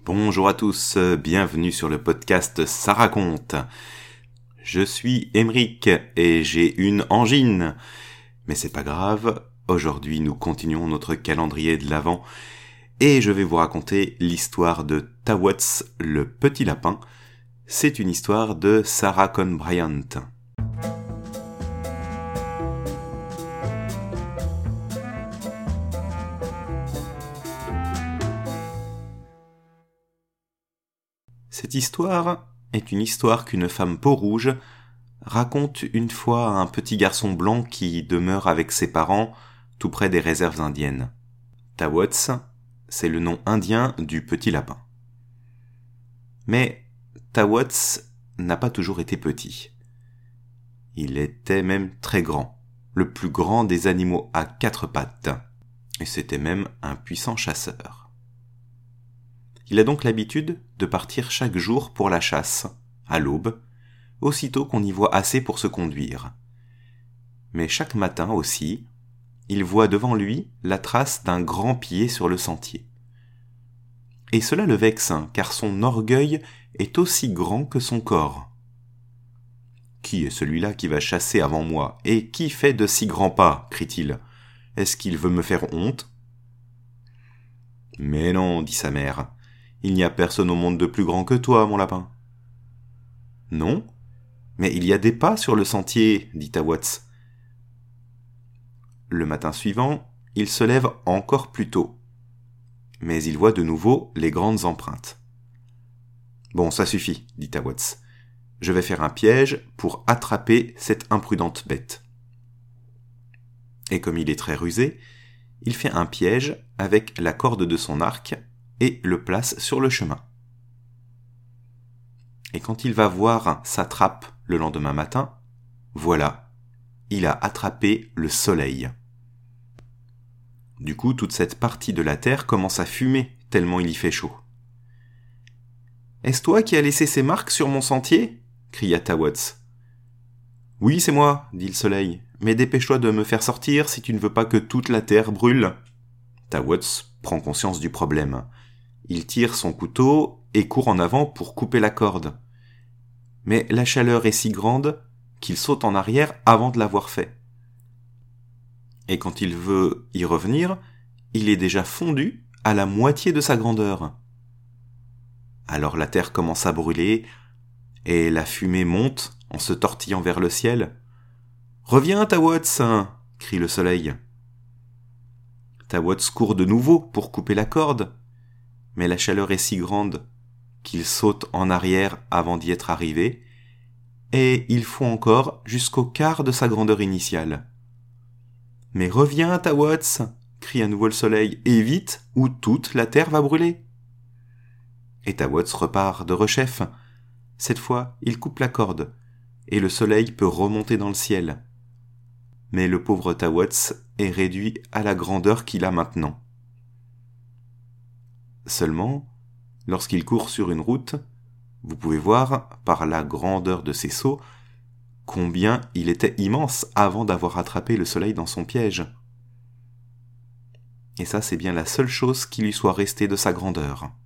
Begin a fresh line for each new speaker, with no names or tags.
Bonjour à tous, bienvenue sur le podcast Ça raconte. Je suis Émeric et j'ai une angine. Mais c'est pas grave, aujourd'hui nous continuons notre calendrier de l'Avent et je vais vous raconter l'histoire de Tawwats le petit lapin. C'est une histoire de Sarah Cohn Bryant. Cette histoire est une histoire qu'une femme peau-rouge raconte une fois à un petit garçon blanc qui demeure avec ses parents tout près des réserves indiennes. Tawwats, c'est le nom indien du petit lapin. Mais Tawwats n'a pas toujours été petit. Il était même très grand, le plus grand des animaux à 4 pattes, et c'était même un puissant chasseur. Il a donc l'habitude de partir chaque jour pour la chasse, à l'aube, aussitôt qu'on y voit assez pour se conduire. Mais chaque matin aussi, il voit devant lui la trace d'un grand pied sur le sentier. Et cela le vexe, car son orgueil est aussi grand que son corps. « Qui est celui-là qui va chasser avant moi, et qui fait de si grands pas ?» crie-t-il. « Est-ce qu'il veut me faire honte ?» ?»« Mais non, dit sa mère. Il n'y a personne au monde de plus grand que toi, mon lapin. »« Non ? Mais il y a des pas sur le sentier, dit Tawwats. » Le matin suivant, il se lève encore plus tôt. Mais il voit de nouveau les grandes empreintes. « Bon, ça suffit, dit Tawwats. Je vais faire un piège pour attraper cette imprudente bête. » Et comme il est très rusé, il fait un piège avec la corde de son arc et le place sur le chemin. Et quand il va voir sa trappe le lendemain matin, voilà, il a attrapé le soleil. Du coup, toute cette partie de la terre commence à fumer tellement il y fait chaud. « Est-ce toi qui as laissé ces marques sur mon sentier ?» cria Tawwats. « Oui, c'est moi, dit le soleil, mais dépêche-toi de me faire sortir si tu ne veux pas que toute la terre brûle. » Tawwats prend conscience du problème. Il tire son couteau et court en avant pour couper la corde. Mais la chaleur est si grande qu'il saute en arrière avant de l'avoir fait. Et quand il veut y revenir, il est déjà fondu à la moitié de sa grandeur. Alors la terre commence à brûler et la fumée monte en se tortillant vers le ciel. « Reviens, Tawwats !» crie le soleil. Tawwats court de nouveau pour couper la corde, mais la chaleur est si grande qu'il saute en arrière avant d'y être arrivé, et il fond encore jusqu'au quart de sa grandeur initiale. « Mais reviens, Tawwats !» crie à nouveau le soleil, « et vite, ou toute la terre va brûler !» Et Tawwats repart de rechef. Cette fois, il coupe la corde, et le soleil peut remonter dans le ciel. Mais le pauvre Tawwats est réduit à la grandeur qu'il a maintenant. Seulement, lorsqu'il court sur une route, vous pouvez voir, par la grandeur de ses sauts, combien il était immense avant d'avoir attrapé le soleil dans son piège. Et ça, c'est bien la seule chose qui lui soit restée de sa grandeur.